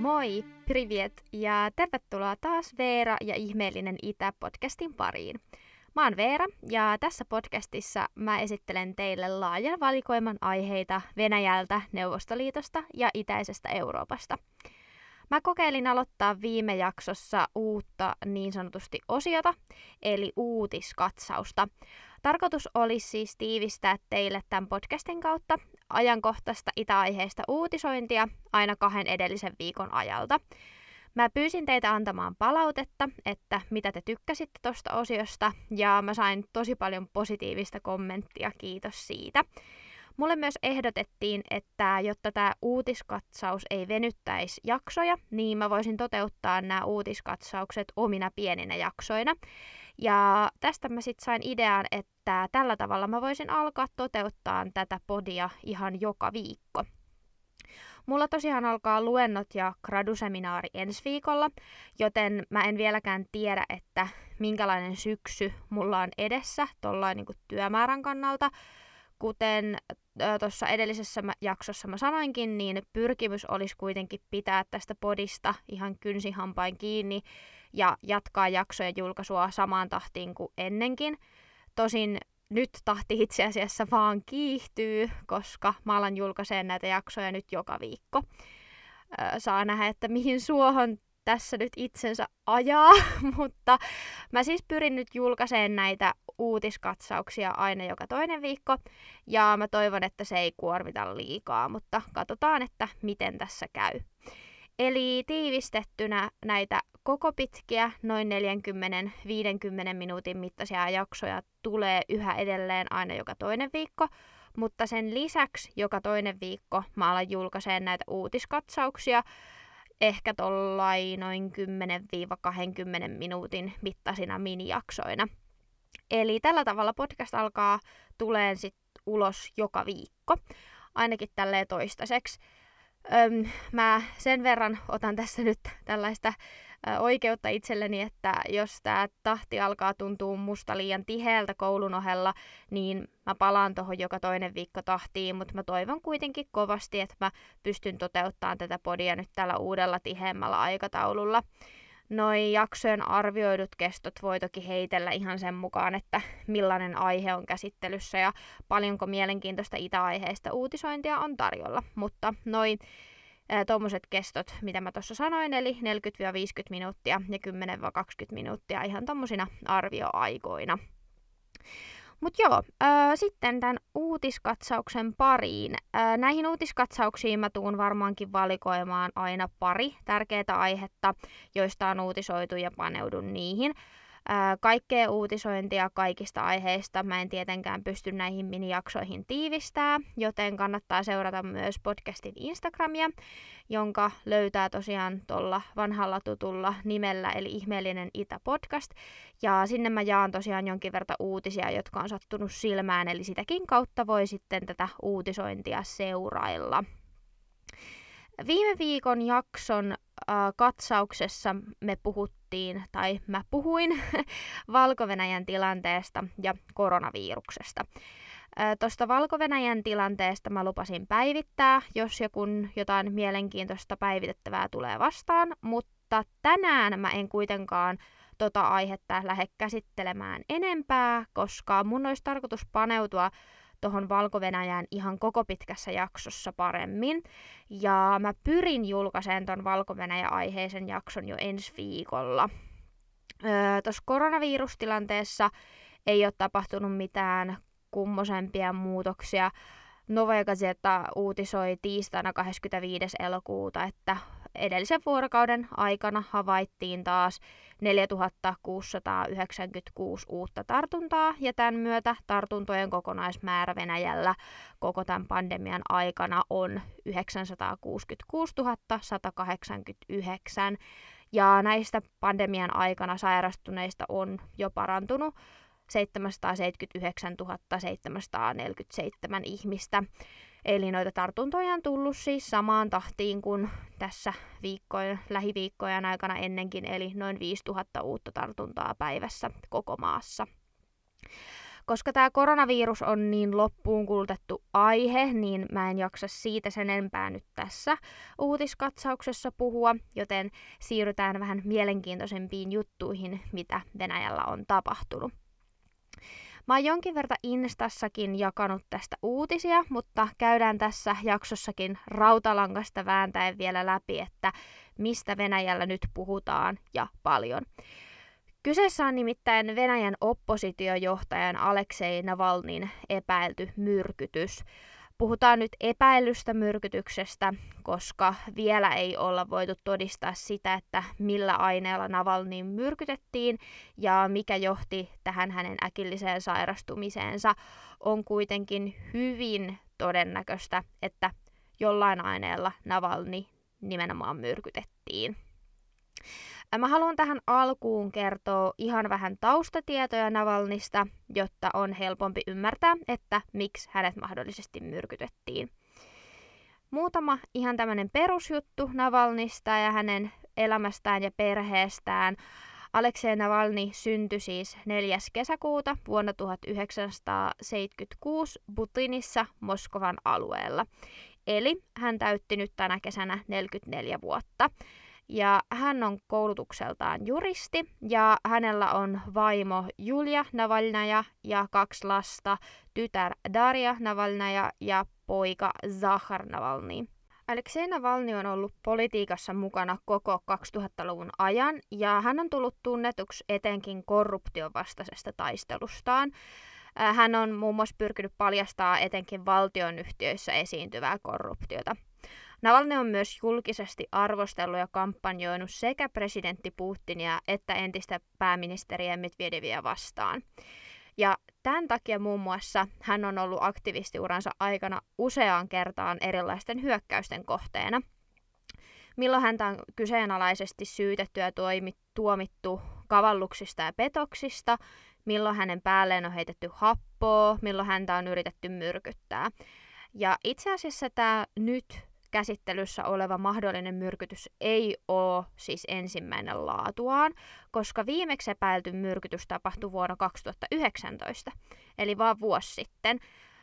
Moi, privet ja tervetuloa taas Veera ja Ihmeellinen Itä podcastin pariin. Mä oon Veera ja tässä podcastissa mä esittelen teille laajan valikoiman aiheita Venäjältä, Neuvostoliitosta ja itäisestä Euroopasta. Mä kokeilin aloittaa viime jaksossa uutta niin sanotusti osiota, eli uutiskatsausta. Tarkoitus olisi siis tiivistää teille tämän podcastin kautta ajankohtaista itäaiheista uutisointia aina 2 edellisen viikon ajalta. Mä pyysin teitä antamaan palautetta, että mitä te tykkäsitte tosta osiosta, ja mä sain tosi paljon positiivista kommenttia, kiitos siitä. Mulle myös ehdotettiin, että jotta tämä uutiskatsaus ei venyttäisi jaksoja, niin mä voisin toteuttaa nämä uutiskatsaukset omina pieninä jaksoina. Ja tästä mä sitten sain idean, että tällä tavalla mä voisin alkaa toteuttaa tätä podia ihan joka viikko. Mulla tosiaan alkaa luennot ja graduseminaari ensi viikolla, joten mä en vieläkään tiedä, että minkälainen syksy mulla on edessä tollain niin kuin työmäärän kannalta. Kuten tuossa edellisessä jaksossa mä sanoinkin, niin pyrkimys olisi kuitenkin pitää tästä podista ihan kynsihampain kiinni ja jatkaa jaksojen julkaisua samaan tahtiin kuin ennenkin. Tosin nyt tahti itse asiassa vaan kiihtyy, koska mä alan julkaiseen näitä jaksoja nyt joka viikko. Saa nähdä, että mihin suohon tässä nyt itsensä ajaa, mutta mä siis pyrin nyt julkaiseen näitä uutiskatsauksia aina joka toinen viikko, ja mä toivon, että se ei kuormita liikaa, mutta katsotaan, että miten tässä käy. Eli tiivistettynä näitä koko pitkiä, noin 40-50 minuutin mittaisia jaksoja tulee yhä edelleen aina joka toinen viikko, mutta sen lisäksi joka toinen viikko mä alan julkaiseen näitä uutiskatsauksia, ehkä tollain noin 10-20 minuutin mittaisina minijaksoina. Eli tällä tavalla podcast alkaa tuleen sit ulos joka viikko, ainakin tälleen toistaiseksi. Mä sen verran otan tässä nyt tällaista oikeutta itselleni, että jos tää tahti alkaa tuntua musta liian tiheältä koulun ohella, niin mä palaan tohon joka toinen viikko tahtiin, mutta mä toivon kuitenkin kovasti, että mä pystyn toteuttamaan tätä podia nyt tällä uudella tiheämmällä aikataululla. Noi jaksojen arvioidut kestot voi toki heitellä ihan sen mukaan, että millainen aihe on käsittelyssä ja paljonko mielenkiintoista itäaiheista uutisointia on tarjolla. Mutta noi tommoset kestot, mitä mä tuossa sanoin, eli 40-50 minuuttia ja 10-20 minuuttia ihan tommosina arvioaikoina. Mut joo, sitten tämän uutiskatsauksen pariin. Näihin uutiskatsauksiin mä tuun varmaankin valikoimaan aina pari tärkeää aihetta, joista on uutisoitu ja paneudun niihin. Kaikkea uutisointia kaikista aiheista mä en tietenkään pysty näihin minijaksoihin tiivistää, joten kannattaa seurata myös podcastin Instagramia, jonka löytää tosiaan tuolla vanhalla tutulla nimellä, eli Ihmeellinen Itä podcast. Ja sinne mä jaan tosiaan jonkin verran uutisia, jotka on sattunut silmään, eli sitäkin kautta voi sitten tätä uutisointia seurailla. Viime viikon jakson katsauksessa mä puhuin Valko-Venäjän tilanteesta ja koronaviruksesta. Tuosta Valko-Venäjän tilanteesta mä lupasin päivittää, jos ja kun jotain mielenkiintoista päivitettävää tulee vastaan, mutta tänään mä en kuitenkaan tota aihetta lähde käsittelemään enempää, koska mun olisi tarkoitus paneutua tuohon Valko-Venäjään ihan koko pitkässä jaksossa paremmin. Ja mä pyrin julkaiseen ton Valko-Venäjä-aiheisen jakson jo ensi viikolla. Tuossa koronavirustilanteessa ei ole tapahtunut mitään kummosempia muutoksia. Novaya Gazeta uutisoi tiistaina 25. elokuuta, että edellisen vuorokauden aikana havaittiin taas 4696 uutta tartuntaa, ja tämän myötä tartuntojen kokonaismäärä Venäjällä koko tämän pandemian aikana on 966 189, ja näistä pandemian aikana sairastuneista on jo parantunut 779 747 ihmistä. Eli noita tartuntoja on tullut siis samaan tahtiin kuin tässä lähiviikkojen aikana ennenkin, eli noin 5000 uutta tartuntaa päivässä koko maassa. Koska tämä koronavirus on niin loppuun kulutettu aihe, niin mä en jaksa siitä sen enempää nyt tässä uutiskatsauksessa puhua, joten siirrytään vähän mielenkiintoisempiin juttuihin, mitä Venäjällä on tapahtunut. Mä oon jonkin verran Instassakin jakanut tästä uutisia, mutta käydään tässä jaksossakin rautalangasta vääntäen vielä läpi, että mistä Venäjällä nyt puhutaan ja paljon. Kyseessä on nimittäin Venäjän oppositiojohtajan Aleksei Navalnin epäilty myrkytys. Puhutaan nyt epäilystä myrkytyksestä, koska vielä ei olla voitu todistaa sitä, että millä aineella Navalny myrkytettiin ja mikä johti tähän hänen äkilliseen sairastumiseensa. On kuitenkin hyvin todennäköistä, että jollain aineella Navalny nimenomaan myrkytettiin. Mä haluan tähän alkuun kertoa ihan vähän taustatietoja Navalnysta, jotta on helpompi ymmärtää, että miksi hänet mahdollisesti myrkytettiin. Muutama ihan tämmönen perusjuttu Navalnysta ja hänen elämästään ja perheestään. Aleksei Navalny syntyi siis 4. kesäkuuta vuonna 1976 Butinissa Moskovan alueella. Eli hän täytti nyt tänä kesänä 44 vuotta. Ja hän on koulutukseltaan juristi ja hänellä on vaimo Julia Navalnaja ja 2 lasta, tytär Darja Navalnaja ja poika Zahar Navalny. Aleksei Navalny on ollut politiikassa mukana koko 2000-luvun ajan ja hän on tullut tunnetuksi etenkin korruption vastaisesta taistelustaan. Hän on muun muassa pyrkinyt paljastaa etenkin valtionyhtiöissä esiintyvää korruptiota. Navalny on myös julkisesti arvostellut ja kampanjoinut sekä presidentti Putinia että entistä pääministeriä Medvedeviä vastaan. Ja tämän takia muun muassa hän on ollut aktivistiuransa aikana useaan kertaan erilaisten hyökkäysten kohteena, milloin häntä on kyseenalaisesti syytetty ja tuomittu kavalluksista ja petoksista, milloin hänen päälleen on heitetty happoa, milloin häntä on yritetty myrkyttää. Ja itse asiassa tämä nyt käsittelyssä oleva mahdollinen myrkytys ei ole siis ensimmäinen laatuaan, koska viimeksi epäilty myrkytys tapahtui vuonna 2019, eli vain vuosi sitten.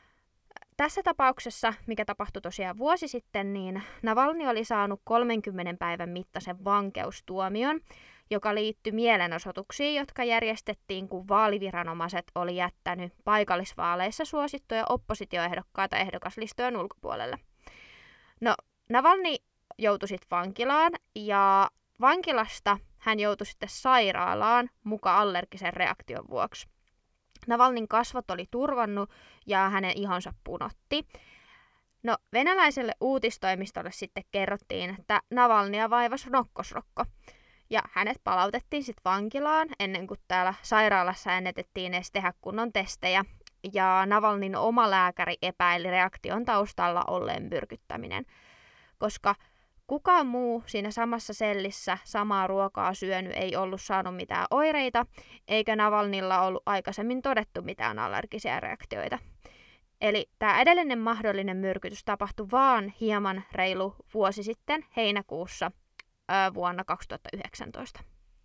Tässä tapauksessa, mikä tapahtui tosiaan vuosi sitten, niin Navalny oli saanut 30 päivän mittaisen vankeustuomion, joka liittyi mielenosoituksiin, jotka järjestettiin, kun vaaliviranomaiset oli jättänyt paikallisvaaleissa suosittuja oppositioehdokkaita ehdokaslistojen ulkopuolelle. No, Navalny joutui sitten vankilaan ja vankilasta hän joutui sitten sairaalaan muka allergisen reaktion vuoksi. Navalnyn kasvot oli turvannut ja hänen ihonsa punotti. No, venäläiselle uutistoimistolle sitten kerrottiin, että Navalnya vaivasi nokkosrokko. Ja hänet palautettiin sitten vankilaan ennen kuin täällä sairaalassa ennätettiin edes tehdä kunnon testejä. Ja Navalnyn oma lääkäri epäili reaktion taustalla olleen myrkyttäminen, koska kukaan muu siinä samassa sellissä samaa ruokaa syönyt ei ollut saanut mitään oireita, eikä Navalnylla ollut aikaisemmin todettu mitään allergisia reaktioita. Eli tämä edellinen mahdollinen myrkytys tapahtui vaan hieman reilu vuosi sitten heinäkuussa vuonna 2019.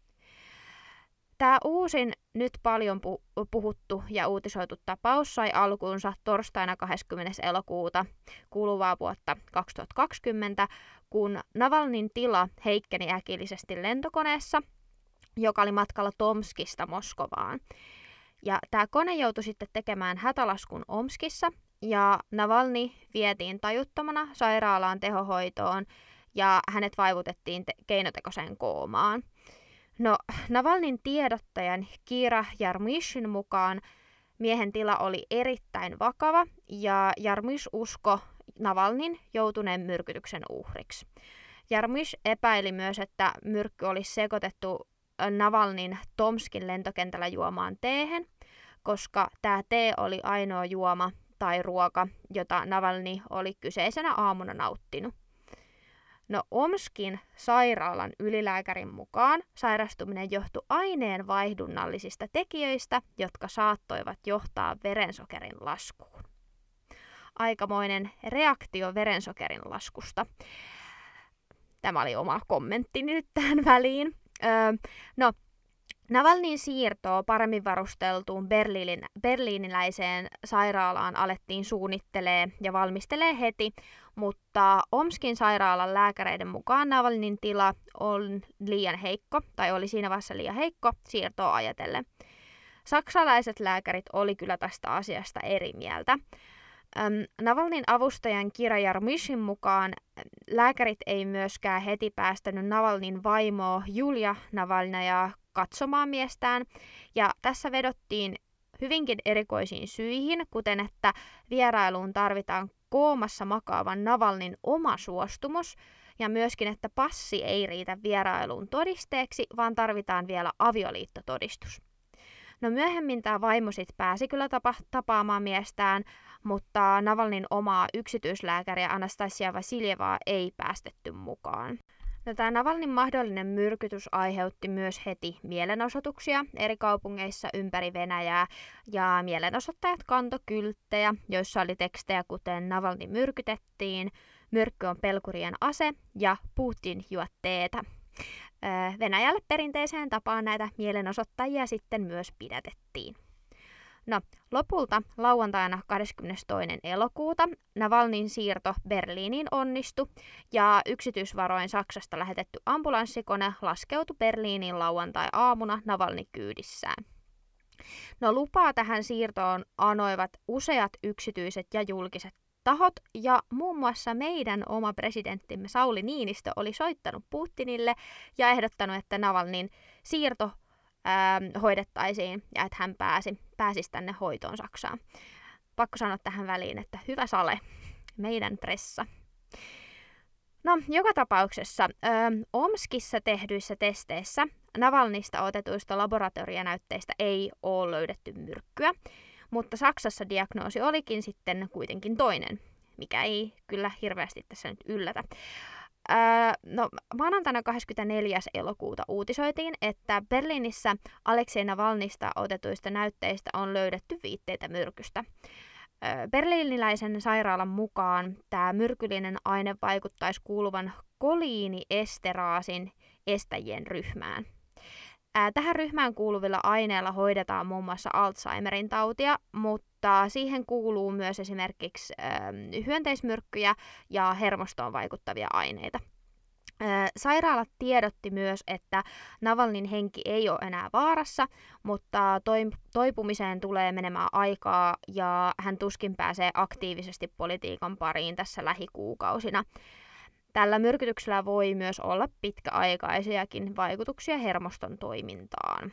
Tämä uusin, nyt paljon puhuttu ja uutisoitu tapaus sai alkuunsa torstaina 20. elokuuta kuluvaa vuotta 2020, kun Navalnyn tila heikkeni äkillisesti lentokoneessa, joka oli matkalla Tomskista Moskovaan. Ja tämä kone joutui sitten tekemään hätälaskun Omskissa, ja Navalny vietiin tajuttomana sairaalaan tehohoitoon, ja hänet vaivutettiin keinotekoiseen koomaan. No, Navalnyn tiedottajan Kira Jarmyshin mukaan miehen tila oli erittäin vakava ja Jarmysh usko Navalnyn joutuneen myrkytyksen uhriksi. Jarmysh epäili myös, että myrkky olisi sekoitettu Navalnyn Tomskin lentokentällä juomaan teehen, koska tämä tee oli ainoa juoma tai ruoka, jota Navalny oli kyseisenä aamuna nauttinut. No, Omskin sairaalan ylilääkärin mukaan sairastuminen johtui aineenvaihdunnallisista tekijöistä, jotka saattoivat johtaa verensokerin laskuun. Aikamoinen reaktio verensokerin laskusta. Tämä oli oma kommenttini nyt tähän väliin. Navalnin siirtoa paremmin varusteltuun berliiniläiseen sairaalaan alettiin suunnittelee ja valmistelee heti, mutta Omskin sairaalan lääkäreiden mukaan Navalnin tila on liian heikko, tai oli siinä vaiheessa liian heikko siirtoa ajatellen. Saksalaiset lääkärit oli kyllä tästä asiasta eri mieltä. Navalnin avustajan Kira Jarmyshin mukaan lääkärit ei myöskään heti päästänyt Navalnin vaimoa Julia Navalnajaa katsomaan miestään, ja tässä vedottiin hyvinkin erikoisiin syihin, kuten että vierailuun tarvitaan koomassa makaavan Navalnin oma suostumus, ja myöskin, että passi ei riitä vierailuun todisteeksi, vaan tarvitaan vielä avioliittotodistus. No myöhemmin tämä vaimo sitten pääsi kyllä tapaamaan miestään, mutta Navalnin omaa yksityislääkäriä Anastasia Vasiljevaa ei päästetty mukaan. No, tämä Navalnin mahdollinen myrkytys aiheutti myös heti mielenosoituksia eri kaupungeissa ympäri Venäjää, ja mielenosoittajat kantoi kylttejä, joissa oli tekstejä kuten Navalni myrkytettiin, myrkky on pelkurien ase ja Putin juo teetä. Venäjälle perinteiseen tapaan näitä mielenosoittajia sitten myös pidätettiin. No, lopulta lauantaina 22. elokuuta Navalnin siirto Berliiniin onnistui ja yksityisvaroin Saksasta lähetetty ambulanssikone laskeutui Berliiniin lauantai-aamuna Navalny kyydissään. No, lupaa tähän siirtoon anoivat useat yksityiset ja julkiset tahot, ja muun muassa meidän oma presidenttimme Sauli Niinistö oli soittanut Putinille ja ehdottanut, että Navalnin siirto hoidettaisiin ja että hän pääsisi tänne hoitoon Saksaan. Pakko sanoa tähän väliin, että hyvä Sale, meidän pressa. No, joka tapauksessa Omskissa tehdyissä testeissä Navalnista otetuista laboratorionäytteistä ei ole löydetty myrkkyä, mutta Saksassa diagnoosi olikin sitten kuitenkin toinen, mikä ei kyllä hirveästi tässä nyt yllätä. No, maanantaina 24. elokuuta uutisoitiin, että Berliinissä Aleksei Navalnista otetuista näytteistä on löydetty viitteitä myrkystä. Berliiniläisen sairaalan mukaan tämä myrkyllinen aine vaikuttaisi kuuluvan koliiniesteraasin estäjien ryhmään. Tähän ryhmään kuuluvilla aineilla hoidetaan muun muassa Alzheimerin tautia, mutta siihen kuuluu myös esimerkiksi hyönteismyrkkyjä ja hermostoon vaikuttavia aineita. Sairaalat tiedotti myös, että Navalnin henki ei ole enää vaarassa, mutta toipumiseen tulee menemään aikaa ja hän tuskin pääsee aktiivisesti politiikan pariin tässä lähikuukausina. Tällä myrkytyksellä voi myös olla pitkäaikaisiakin vaikutuksia hermoston toimintaan.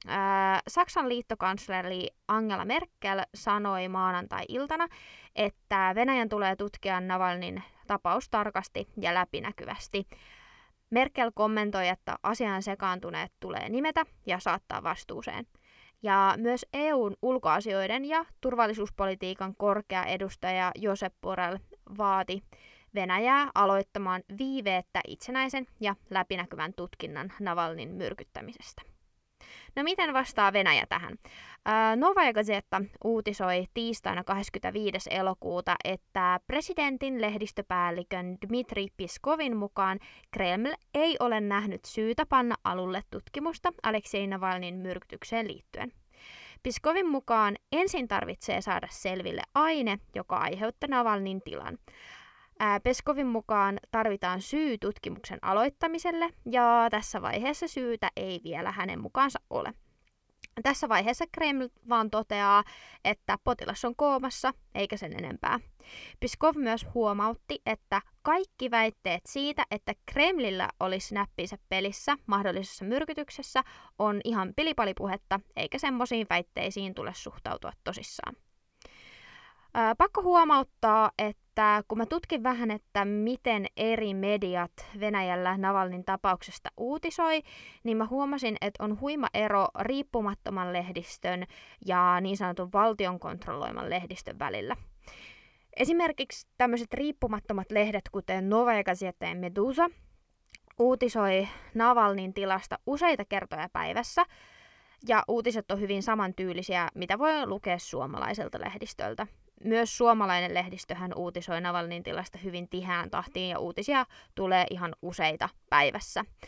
Saksan liittokansleri Angela Merkel sanoi maanantai-iltana, että Venäjän tulee tutkia Navalnin tapaus tarkasti ja läpinäkyvästi. Merkel kommentoi, että asiaan sekaantuneet tulee nimetä ja saattaa vastuuseen. Ja myös EUn ulkoasioiden ja turvallisuuspolitiikan korkea edustaja Josep Borrell vaati Venäjää aloittamaan viiveettä itsenäisen ja läpinäkyvän tutkinnan Navalnin myrkyttämisestä. No, miten vastaa Venäjä tähän? Novaya Gazeta uutisoi tiistaina 25. elokuuta, että presidentin lehdistöpäällikön Dmitri Piskovin mukaan Kreml ei ole nähnyt syytä panna alulle tutkimusta Aleksei Navalnin myrkytykseen liittyen. Piskovin mukaan ensin tarvitsee saada selville aine, joka aiheuttaa Navalnin tilan. Peskovin mukaan tarvitaan syy tutkimuksen aloittamiselle, ja tässä vaiheessa syytä ei vielä hänen mukaansa ole. Tässä vaiheessa Kreml vaan toteaa, että potilas on koomassa, eikä sen enempää. Peskov myös huomautti, että kaikki väitteet siitä, että Kremlillä olisi näppinsä pelissä mahdollisessa myrkytyksessä, on ihan pilipalipuhetta, eikä semmoisiin väitteisiin tule suhtautua tosissaan. Pakko huomauttaa, että kun mä tutkin vähän, että miten eri mediat Venäjällä Navalnin tapauksesta uutisoi, niin mä huomasin, että on huima ero riippumattoman lehdistön ja niin sanotun valtion kontrolloiman lehdistön välillä. Esimerkiksi tämmöiset riippumattomat lehdet, kuten Novaya Gazeta ja Meduza, uutisoi Navalnin tilasta useita kertoja päivässä, ja uutiset on hyvin samantyylisiä, mitä voi lukea suomalaiselta lehdistöltä. Myös suomalainen lehdistöhän uutisoi Navalnin tilasta hyvin tiheään tahtiin ja uutisia tulee ihan useita päivässä.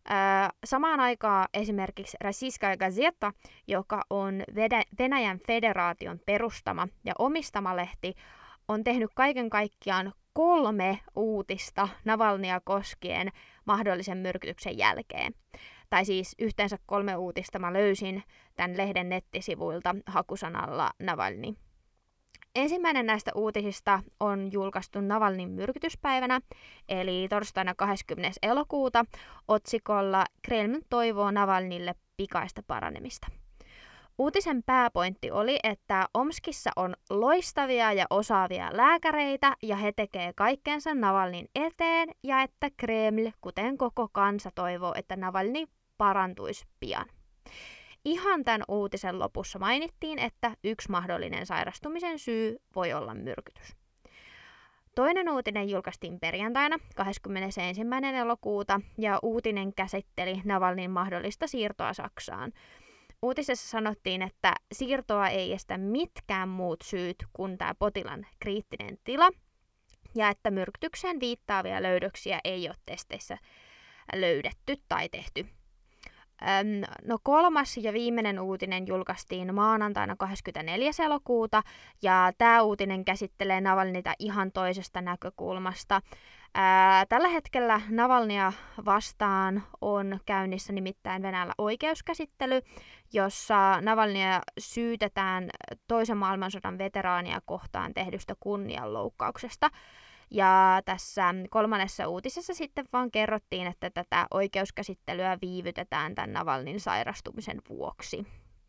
Samaan aikaan esimerkiksi Rossiyskaya Gazeta, joka on Venäjän federaation perustama ja omistama lehti, on tehnyt kaiken kaikkiaan 3 uutista Navalnya koskien mahdollisen myrkytyksen jälkeen. Tai siis yhteensä 3 uutista mä löysin tämän lehden nettisivuilta hakusanalla Navalny. Ensimmäinen näistä uutisista on julkaistu Navalnyin myrkytyspäivänä, eli torstaina 20. elokuuta, otsikolla Kreml toivoo Navalnylle pikaista paranemista. Uutisen pääpointti oli, että Omskissa on loistavia ja osaavia lääkäreitä ja he tekee kaikkensa Navalnyin eteen ja että Kreml, kuten koko kansa, toivoo, että Navalny parantuisi pian. Ihan tämän uutisen lopussa mainittiin, että yksi mahdollinen sairastumisen syy voi olla myrkytys. Toinen uutinen julkaistiin perjantaina 21. elokuuta ja uutinen käsitteli Navalnyin mahdollista siirtoa Saksaan. Uutisessa sanottiin, että siirtoa ei estä mitkään muut syyt kuin tämä potilaan kriittinen tila ja että myrkytykseen viittaavia löydöksiä ei ole testeissä löydetty tai tehty. No 3. ja viimeinen uutinen julkaistiin maanantaina 24. elokuuta ja tämä uutinen käsittelee Navalnyta ihan toisesta näkökulmasta. Tällä hetkellä Navalnya vastaan on käynnissä nimittäin Venäjällä oikeuskäsittely, jossa Navalnya syytetään toisen maailmansodan veteraania kohtaan tehdystä kunnianloukkauksesta. Ja tässä 3. uutisessa sitten vaan kerrottiin, että tätä oikeuskäsittelyä viivytetään tämän Navalnyin sairastumisen vuoksi.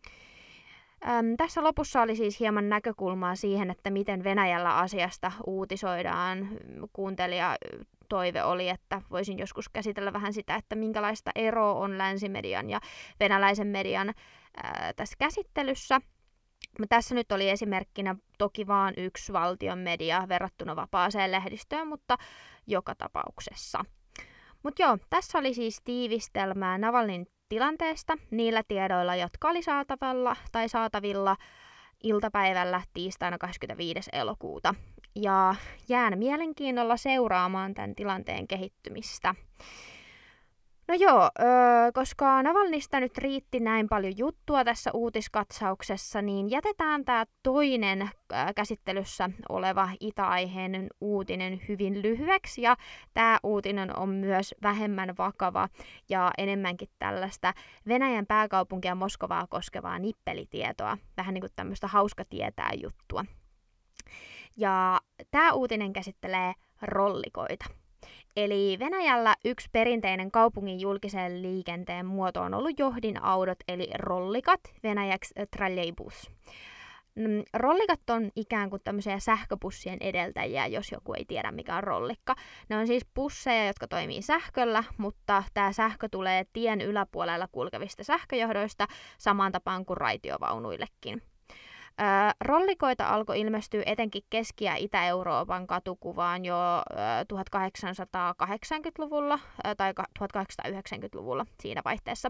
Tässä lopussa oli siis hieman näkökulmaa siihen, että miten Venäjällä asiasta uutisoidaan. Kuuntelija toive oli, että voisin joskus käsitellä vähän sitä, että minkälaista eroa on länsimedian ja venäläisen median tässä käsittelyssä. Tässä nyt oli esimerkkinä toki vain yksi valtion media verrattuna vapaaseen lehdistöön, mutta joka tapauksessa. Mutta joo, tässä oli siis tiivistelmää Navalnyin tilanteesta niillä tiedoilla, jotka oli saatavilla iltapäivällä tiistaina 25. elokuuta. Ja jään mielenkiinnolla seuraamaan tämän tilanteen kehittymistä. No joo, koska Navalnysta nyt riitti näin paljon juttua tässä uutiskatsauksessa, niin jätetään tämä toinen käsittelyssä oleva itäaiheinen uutinen hyvin lyhyeksi. Ja tämä uutinen on myös vähemmän vakava ja enemmänkin tällaista Venäjän pääkaupunkia Moskovaa koskevaa nippelitietoa. Vähän niin kuin tämmöistä hauska tietää juttua. Ja tämä uutinen käsittelee rollikoita. Eli Venäjällä yksi perinteinen kaupungin julkisen liikenteen muoto on ollut johdinautot, eli rollikat, venäjäksi trolleibus. Rollikat on ikään kuin tämmöisiä sähköbussien edeltäjiä, jos joku ei tiedä mikä on rollikka. Ne on siis busseja, jotka toimii sähköllä, mutta tämä sähkö tulee tien yläpuolella kulkevista sähköjohdoista samaan tapaan kuin raitiovaunuillekin. Rollikoita alkoi ilmestyä etenkin Keski- ja Itä-Euroopan katukuvaan jo 1880-luvulla tai 1890-luvulla siinä vaihteessa,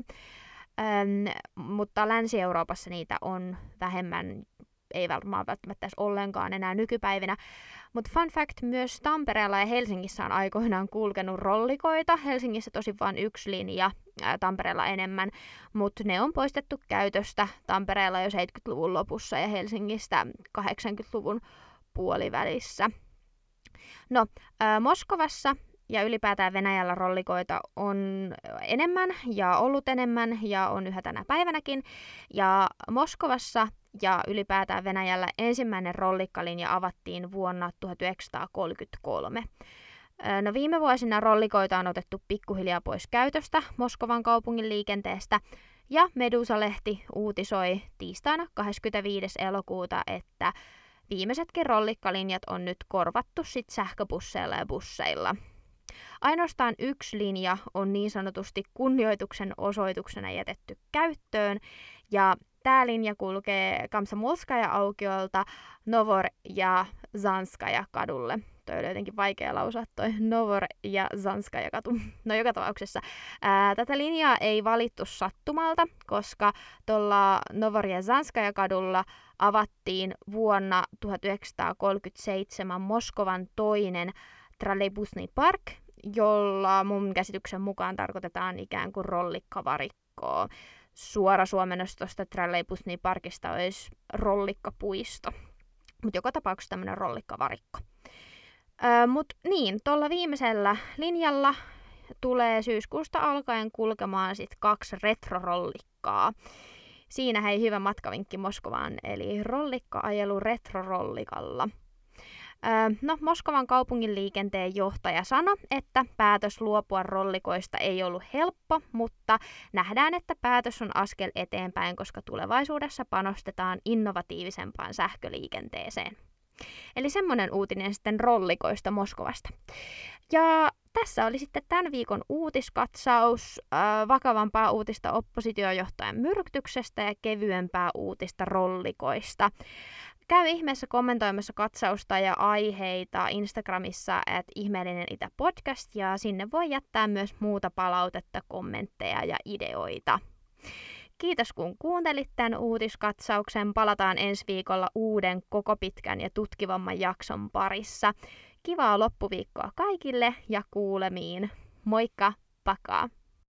mutta Länsi-Euroopassa niitä on vähemmän, ei varmaan välttämättä edes ollenkaan enää nykypäivinä. Mutta fun fact, myös Tampereella ja Helsingissä on aikoinaan kulkenut rollikoita. Helsingissä tosi vain yksi linja, Tampereella enemmän, mutta ne on poistettu käytöstä Tampereella jo 70-luvun lopussa ja Helsingistä 80-luvun puolivälissä. No, Moskovassa ja ylipäätään Venäjällä rollikoita on enemmän ja ollut enemmän ja on yhä tänä päivänäkin. Ja Moskovassa ja ylipäätään Venäjällä ensimmäinen rollikkalinja avattiin vuonna 1933. No viime vuosina rollikoita on otettu pikkuhiljaa pois käytöstä Moskovan kaupungin liikenteestä ja Medusa-lehti uutisoi tiistaina 25. elokuuta, että viimeisetkin rollikkalinjat on nyt korvattu sit sähköbusseilla ja busseilla. Ainoastaan yksi linja on niin sanotusti kunnioituksen osoituksena jätetty käyttöön ja tämä linja kulkee Komsomolskaja-aukiolta Novor- ja Zanskaja-kadulle. Toi oli jotenkin vaikea lausua toi Novor- ja Zanskaja-katu. No joka tapauksessa. Tätä linjaa ei valittu sattumalta, koska tuolla Novor- ja Zanskaja-kadulla avattiin vuonna 1937 Moskovan toinen Trolleybusny Park, jolla mun käsityksen mukaan tarkoitetaan ikään kuin rollikkavarikkoa. Suora suomennos tuosta Trolleybusnyparkista olisi rollikkapuisto, mutta joka tapauksessa tämmöinen rollikkavarikko. Mutta niin, tuolla viimeisellä linjalla tulee syyskuusta alkaen kulkemaan sit 2 retrorollikkaa. Siinä hei hyvä matkavinkki Moskovaan, eli rollikka-ajelu retrorollikalla. Moskovan kaupungin liikenteen johtaja sanoi, että päätös luopua rollikoista ei ollut helppo, mutta nähdään, että päätös on askel eteenpäin, koska tulevaisuudessa panostetaan innovatiivisempaan sähköliikenteeseen. Eli semmoinen uutinen sitten rollikoista Moskovasta. Ja tässä oli sitten tämän viikon uutiskatsaus, vakavampaa uutista oppositiojohtajan myrkytyksestä ja kevyempää uutista rollikoista. Käy ihmeessä kommentoimassa katsausta ja aiheita Instagramissa @ihmeellinen itä podcast ja sinne voi jättää myös muuta palautetta, kommentteja ja ideoita. Kiitos kun kuuntelit tämän uutiskatsauksen. Palataan ensi viikolla uuden koko pitkän ja tutkivamman jakson parissa. Kivaa loppuviikkoa kaikille ja kuulemiin. Moikka, pakaa!